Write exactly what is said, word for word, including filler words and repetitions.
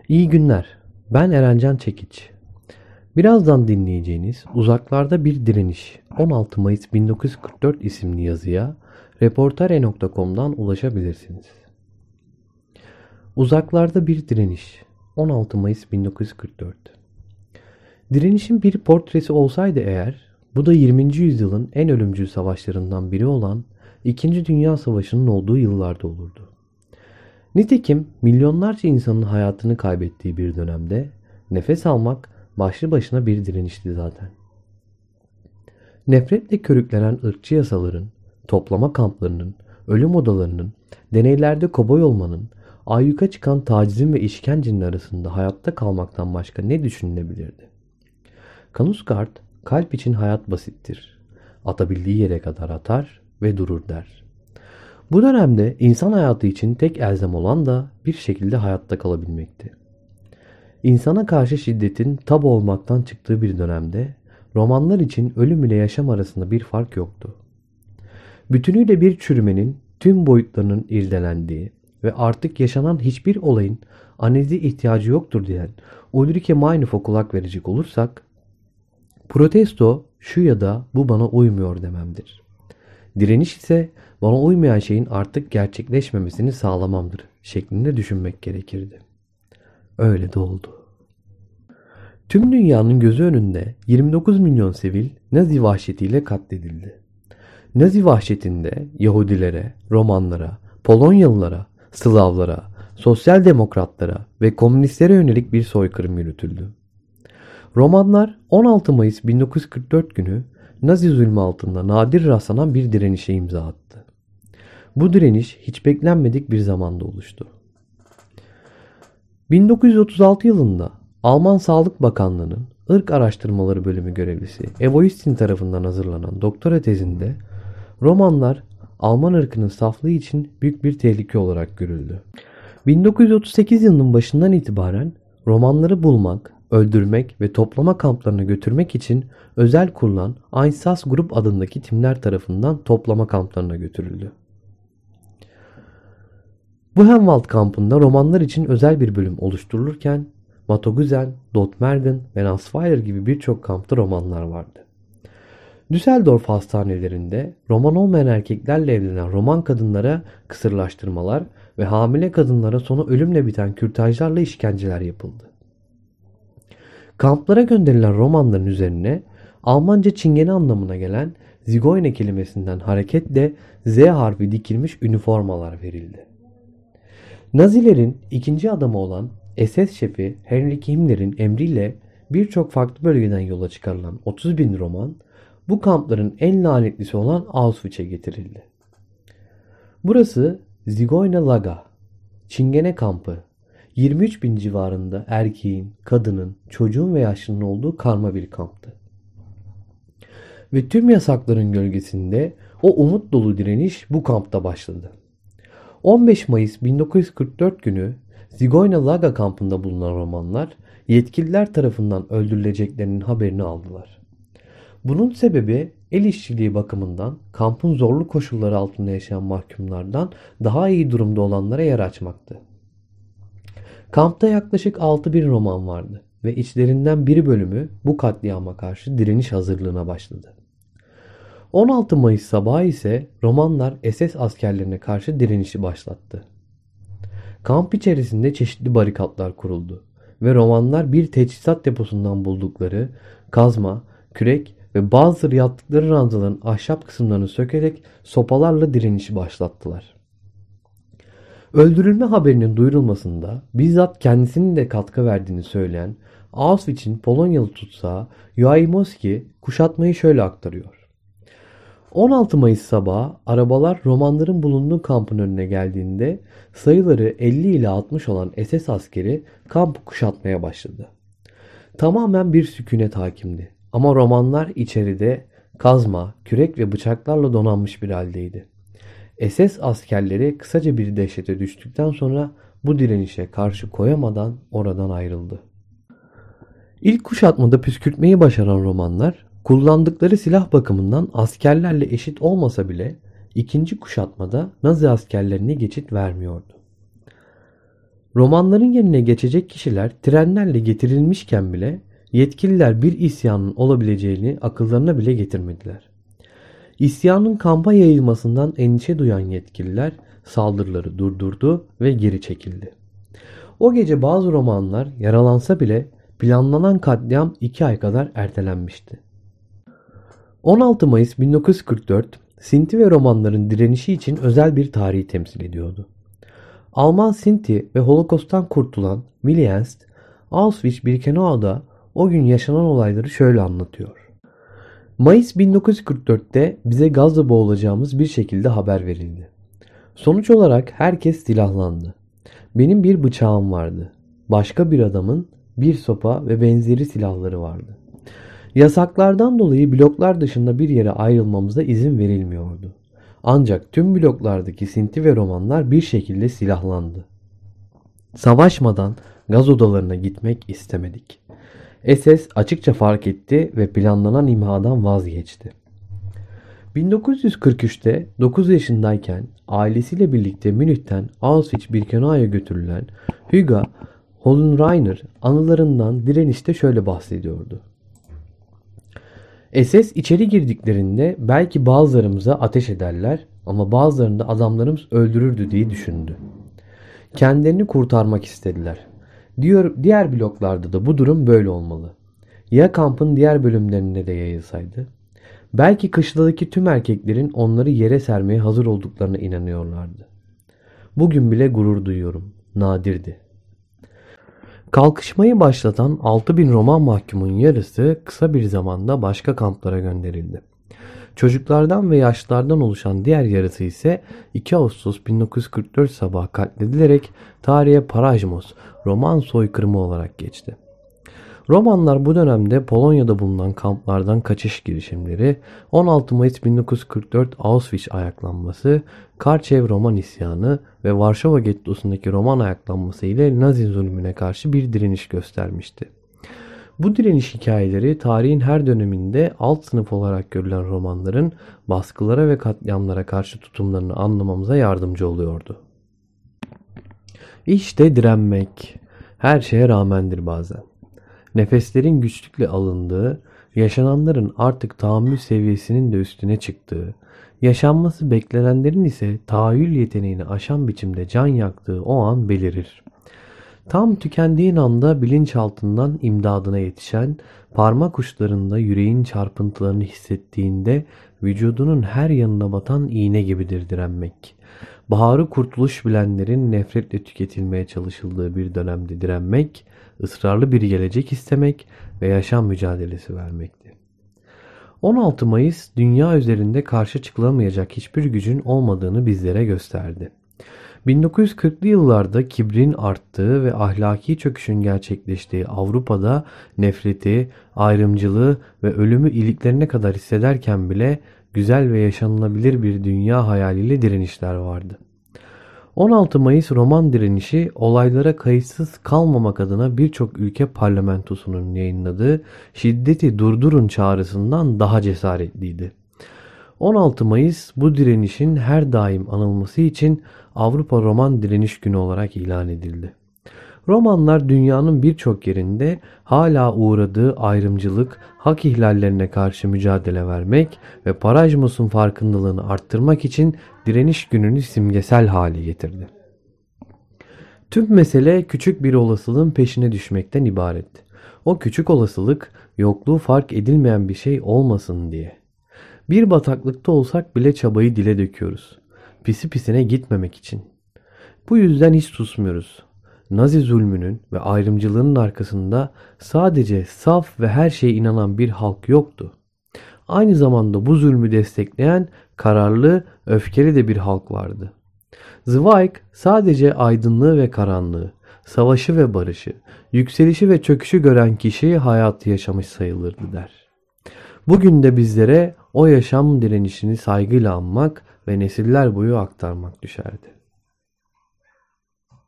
İyi günler. Ben Erencan Çekiç. Birazdan dinleyeceğiniz Uzaklarda Bir Direniş on altı Mayıs bin dokuz yüz kırk dört isimli yazıya reportare nokta com'dan ulaşabilirsiniz. Uzaklarda Bir Direniş on altı Mayıs bin dokuz yüz kırk dört. Direnişin bir portresi olsaydı eğer, bu da yirminci yüzyılın en ölümcül savaşlarından biri olan İkinci Dünya Savaşı'nın olduğu yıllarda olurdu. Nitekim milyonlarca insanın hayatını kaybettiği bir dönemde nefes almak başlı başına bir direnişti zaten. Nefretle körüklenen ırkçı yasaların, toplama kamplarının, ölüm odalarının, deneylerde koboy olmanın, ayyuka çıkan tacizin ve işkencenin arasında hayatta kalmaktan başka ne düşünülebilirdi? Kanuskart, kalp için hayat basittir. Atabildiği yere kadar atar ve durur der. Bu dönemde insan hayatı için tek elzem olan da bir şekilde hayatta kalabilmekti. İnsana karşı şiddetin tabu olmaktan çıktığı bir dönemde romanlar için ölüm ile yaşam arasında bir fark yoktu. Bütünüyle bir çürümenin tüm boyutlarının irdelendiği ve artık yaşanan hiçbir olayın analize ihtiyacı yoktur diyen Ulrike Meinhof'a kulak verecek olursak, protesto şu ya da bu bana uymuyor dememdir. Direniş ise bana uymayan şeyin artık gerçekleşmemesini sağlamamdır şeklinde düşünmek gerekirdi. Öyle de oldu. Tüm dünyanın gözü önünde yirmi dokuz milyon sivil Nazi vahşetiyle katledildi. Nazi vahşetinde Yahudilere, Romanlara, Polonyalılara, Slavlara, Sosyal Demokratlara ve Komünistlere yönelik bir soykırım yürütüldü. Romanlar on altı Mayıs bin dokuz yüz kırk dört günü Nazi zulmü altında nadir rastlanan bir direnişe imza attı. Bu direniş hiç beklenmedik bir zamanda oluştu. bin dokuz yüz otuz altı yılında Alman Sağlık Bakanlığı'nın Irk Araştırmaları Bölümü görevlisi Evoistin tarafından hazırlanan doktora tezinde Romanlar Alman ırkının saflığı için büyük bir tehlike olarak görüldü. bin dokuz yüz otuz sekiz yılının başından itibaren Romanları bulmak, öldürmek ve toplama kamplarına götürmek için özel kurulan Einsatzgruppe adındaki timler tarafından toplama kamplarına götürüldü. Buchenwald kampında romanlar için özel bir bölüm oluşturulurken Mauthausen, Dortmergen ve Nassweiler gibi birçok kampta romanlar vardı. Düsseldorf hastanelerinde roman olmayan erkeklerle evlenen roman kadınlara kısırlaştırmalar ve hamile kadınlara sonu ölümle biten kürtajlarla işkenceler yapıldı. Kamplara gönderilen romanların üzerine Almanca çingene anlamına gelen Zigoyne kelimesinden hareketle Z harfi dikilmiş üniformalar verildi. Nazilerin ikinci adamı olan S S şefi Heinrich Himmler'in emriyle birçok farklı bölgeden yola çıkarılan otuz bin roman bu kampların en lanetlisi olan Auschwitz'e getirildi. Burası Zigoyne Lager, Çingene kampı, yirmi üç bin civarında erkeğin, kadının, çocuğun ve yaşlının olduğu karma bir kamptı. Ve tüm yasakların gölgesinde o umut dolu direniş bu kampta başladı. on beş Mayıs bin dokuz yüz kırk dört günü Zigoyne Lager kampında bulunan romanlar yetkililer tarafından öldürüleceklerinin haberini aldılar. Bunun sebebi el işçiliği bakımından kampın zorlu koşulları altında yaşayan mahkumlardan daha iyi durumda olanlara yer açmaktı. Kampta yaklaşık altı bin roman vardı ve içlerinden bir bölümü bu katliama karşı direniş hazırlığına başladı. on altı Mayıs sabahı ise romanlar S S askerlerine karşı direnişi başlattı. Kamp içerisinde çeşitli barikatlar kuruldu ve romanlar bir teçhizat deposundan buldukları kazma, kürek ve bazıları yattıkları ranzaların ahşap kısımlarını sökerek sopalarla direnişi başlattılar. Öldürülme haberinin duyurulmasında bizzat kendisinin de katkı verdiğini söyleyen Auschwitz'in Polonyalı tutsağı Joachimowski kuşatmayı şöyle aktarıyor. on altı Mayıs sabahı arabalar romanların bulunduğu kampın önüne geldiğinde sayıları elli ile altmış olan S S askeri kampı kuşatmaya başladı. Tamamen bir sükunet hakimdi ama romanlar içeride kazma, kürek ve bıçaklarla donanmış bir haldeydi. S S askerleri kısaca bir dehşete düştükten sonra bu direnişe karşı koyamadan oradan ayrıldı. İlk kuşatmada püskürtmeyi başaran romanlar kullandıkları silah bakımından askerlerle eşit olmasa bile ikinci kuşatmada Nazi askerlerine geçit vermiyordu. Romanların yerine geçecek kişiler trenlerle getirilmişken bile yetkililer bir isyanın olabileceğini akıllarına bile getirmediler. İsyanın kampa yayılmasından endişe duyan yetkililer saldırıları durdurdu ve geri çekildi. O gece bazı romanlar yaralansa bile planlanan katliam iki ay kadar ertelenmişti. on altı Mayıs bin dokuz yüz kırk dört, Sinti ve romanların direnişi için özel bir tarihi temsil ediyordu. Alman Sinti ve Holocaust'tan kurtulan Willy Ernst, Auschwitz-Birkenau'da o gün yaşanan olayları şöyle anlatıyor. Mayıs bin dokuz yüz kırk dörtte bize gazla boğulacağımız bir şekilde haber verildi. Sonuç olarak herkes silahlandı. Benim bir bıçağım vardı. Başka bir adamın bir sopa ve benzeri silahları vardı. Yasaklardan dolayı bloklar dışında bir yere ayrılmamıza izin verilmiyordu. Ancak tüm bloklardaki Sinti ve romanlar bir şekilde silahlandı. Savaşmadan gaz odalarına gitmek istemedik. S S açıkça fark etti ve planlanan imhadan vazgeçti. bin dokuz yüz kırk üçte dokuz yaşındayken ailesiyle birlikte Münih'ten Auschwitz-Birkenau'ya götürülen Hugo Hohenreiner anılarından direnişte şöyle bahsediyordu. S S içeri girdiklerinde belki bazılarımıza ateş ederler ama bazılarını da adamlarımız öldürürdü diye düşündü. Kendilerini kurtarmak istediler. Diyor, diğer bloklarda da bu durum böyle olmalı. Ya kampın diğer bölümlerinde de yayılsaydı? Belki kışladaki tüm erkeklerin onları yere sermeye hazır olduklarına inanıyorlardı. Bugün bile gurur duyuyorum. Nadirdi. Kalkışmayı başlatan altı bin Roman mahkumun yarısı kısa bir zamanda başka kamplara gönderildi. Çocuklardan ve yaşlılardan oluşan diğer yarısı ise iki Ağustos bin dokuz yüz kırk dört sabahı katledilerek tarihe Parajmos, Roman soykırımı olarak geçti. Romanlar bu dönemde Polonya'da bulunan kamplardan kaçış girişimleri, on altı Mayıs bin dokuz yüz kırk dört Auschwitz ayaklanması, Karçev Roman isyanı ve Varşova Gettosu'ndaki Roman ayaklanması ile Nazi zulmüne karşı bir direniş göstermişti. Bu direniş hikayeleri tarihin her döneminde alt sınıf olarak görülen romanların baskılara ve katliamlara karşı tutumlarını anlamamıza yardımcı oluyordu. İşte direnmek her şeye rağmendir bazen. Nefeslerin güçlükle alındığı, yaşananların artık tahammül seviyesinin de üstüne çıktığı, yaşanması beklenenlerin ise tahayyül yeteneğini aşan biçimde can yaktığı o an belirir. Tam tükendiğin anda bilinçaltından imdadına yetişen, parmak uçlarında yüreğin çarpıntılarını hissettiğinde vücudunun her yanına batan iğne gibidir direnmek. Baharı kurtuluş bilenlerin nefretle tüketilmeye çalışıldığı bir dönemde direnmek, ısrarlı bir gelecek istemek ve yaşam mücadelesi vermekti. on altı Mayıs dünya üzerinde karşı çıkılamayacak hiçbir gücün olmadığını bizlere gösterdi. bin dokuz yüz kırklı yıllarda kibrin arttığı ve ahlaki çöküşün gerçekleştiği Avrupa'da nefreti, ayrımcılığı ve ölümü iliklerine kadar hissederken bile güzel ve yaşanılabilir bir dünya hayaliyle direnişler vardı. on altı Mayıs roman direnişi olaylara kayıtsız kalmamak adına birçok ülke parlamentosunun yayınladığı şiddeti durdurun çağrısından daha cesaretliydi. on altı Mayıs bu direnişin her daim anılması için Avrupa Roman Direniş Günü olarak ilan edildi. Romanlar dünyanın birçok yerinde hala uğradığı ayrımcılık, hak ihlallerine karşı mücadele vermek ve Parajmos'un farkındalığını arttırmak için direniş gününü simgesel hale getirdi. Tüm mesele küçük bir olasılığın peşine düşmekten ibaret. O küçük olasılık yokluğu fark edilmeyen bir şey olmasın diye. Bir bataklıkta olsak bile çabayı dile döküyoruz. Pisi pisine gitmemek için. Bu yüzden hiç susmuyoruz. Nazi zulmünün ve ayrımcılığının arkasında sadece saf ve her şeye inanan bir halk yoktu. Aynı zamanda bu zulmü destekleyen kararlı, öfkeli de bir halk vardı. Zweig sadece aydınlığı ve karanlığı, savaşı ve barışı, yükselişi ve çöküşü gören kişi hayatı yaşamış sayılırdı der. Bugün de bizlere o yaşam direnişini saygıyla anmak ve nesiller boyu aktarmak düşerdi.